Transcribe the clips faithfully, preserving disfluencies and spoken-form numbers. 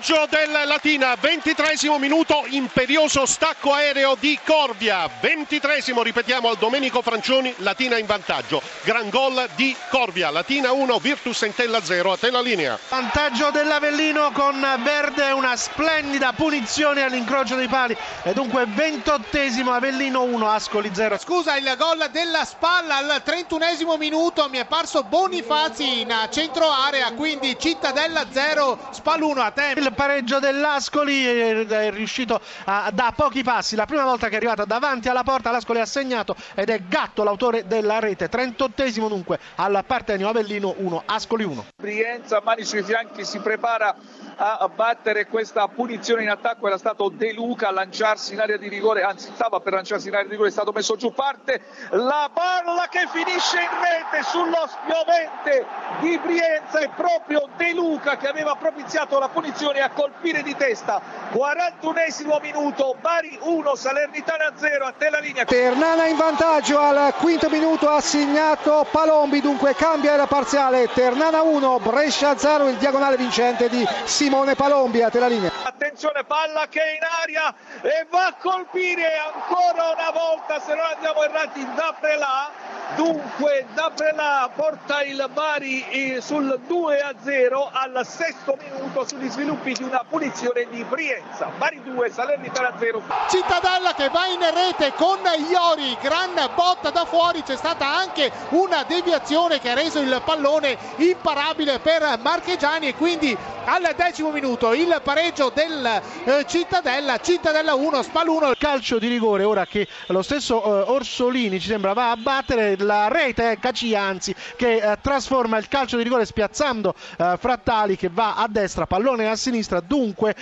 vantaggio del Latina, ventitreesimo minuto, imperioso stacco aereo di Corvia, ventitreesimo, ripetiamo, al Domenico Francioni, Latina in vantaggio, gran gol di Corvia, Latina uno, Virtus Entella zero, a te la linea. Vantaggio dell'Avellino con Verde, una splendida punizione all'incrocio dei pali e dunque ventottesimo, Avellino uno, Ascoli zero. Scusa, il gol della Spalla al trentunesimo minuto, mi è parso Bonifazi in centro area, quindi Cittadella zero, Spal uno, a te. Il pareggio dell'Ascoli è riuscito a, da pochi passi, la prima volta che è arrivata davanti alla porta, l'Ascoli ha segnato ed è Gatto l'autore della rete. trentottesimo dunque al Partenio, Avellino uno, Ascoli uno. Brienza, mani sui fianchi, si prepara a battere questa punizione in attacco. Era stato De Luca a lanciarsi in area di rigore, anzi stava per lanciarsi in area di rigore, è stato messo giù, parte la palla che finisce in rete sullo spiovente di Brienza, è proprio De Luca che aveva propiziato la punizione a colpire di testa. quarantunesimo minuto, Bari uno, Salernitana zero, a te la linea. Ternana in vantaggio al quinto minuto, ha segnato Palombi, dunque cambia la parziale, Ternana uno, Brescia zero, il diagonale vincente di Simone Palombi, a te la linea. Attenzione, palla che è in aria e va a colpire ancora una volta, se non andiamo errati, Daprelà. Dunque Daprelà porta il Bari sul due a zero al sesto minuto sugli sviluppi di una punizione di Brienza. Bari due, Salernitana zero. Cittadella che va in rete con Iori, gran botta da fuori, c'è stata anche una deviazione che ha reso il pallone imparabile per Marchegiani e quindi al decimo minuto il pareggio del eh, Cittadella, Cittadella uno, Spal uno. Calcio di rigore ora che lo stesso eh, Orsolini ci sembra va a battere la rete, eh, Cacia anzi, che eh, trasforma il calcio di rigore spiazzando eh, Frattali che va a destra, pallone a sinistra. Dunque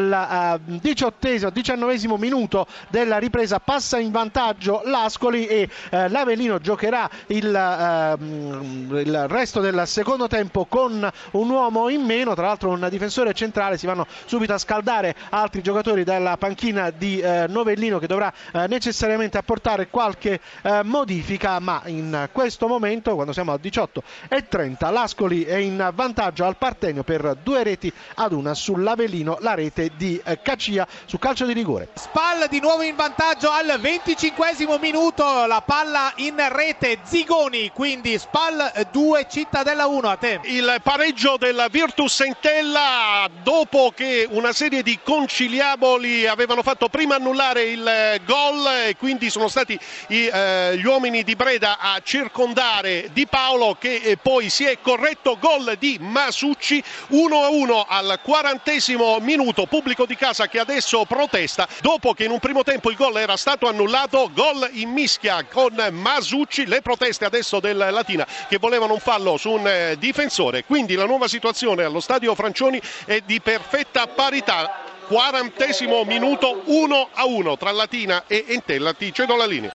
al eh, diciottesimo, diciannovesimo minuto della ripresa passa in vantaggio l'Ascoli e eh, l'Avellino giocherà il, eh, il resto del secondo tempo con un uomo in meno, tra l'altro un difensore centrale. Si vanno subito a scaldare altri giocatori dalla panchina di eh, Novellino che dovrà eh, necessariamente apportare qualche eh, modifica, ma in questo momento, quando siamo al diciotto e trenta, l'Ascoli è in vantaggio al Partenio per due reti ad una sull'Avellino, la rete di eh, Cacia su calcio di rigore. Spal di nuovo in vantaggio al venticinquesimo minuto, la palla in rete, Zigoni, quindi Spal due, Cittadella uno, a te. Il pareggio della Virtus Entella dopo che una serie di conciliaboli avevano fatto prima annullare il gol e quindi sono stati i, eh, gli uomini di Breda a circondare Di Paolo che eh, poi si è corretto. Gol di Masucci, uno a uno al quarantesimo minuto, pubblico di casa che adesso protesta dopo che in un primo tempo il gol era stato annullato. Gol in mischia con Masucci, le proteste adesso del Latina che volevano un fallo su un eh, difensore, quindi la nuova situazione allo stadio Francioni è di perfetta parità. quarantesimo minuto, uno a uno tra Latina e Entella. Ti cedo la linea.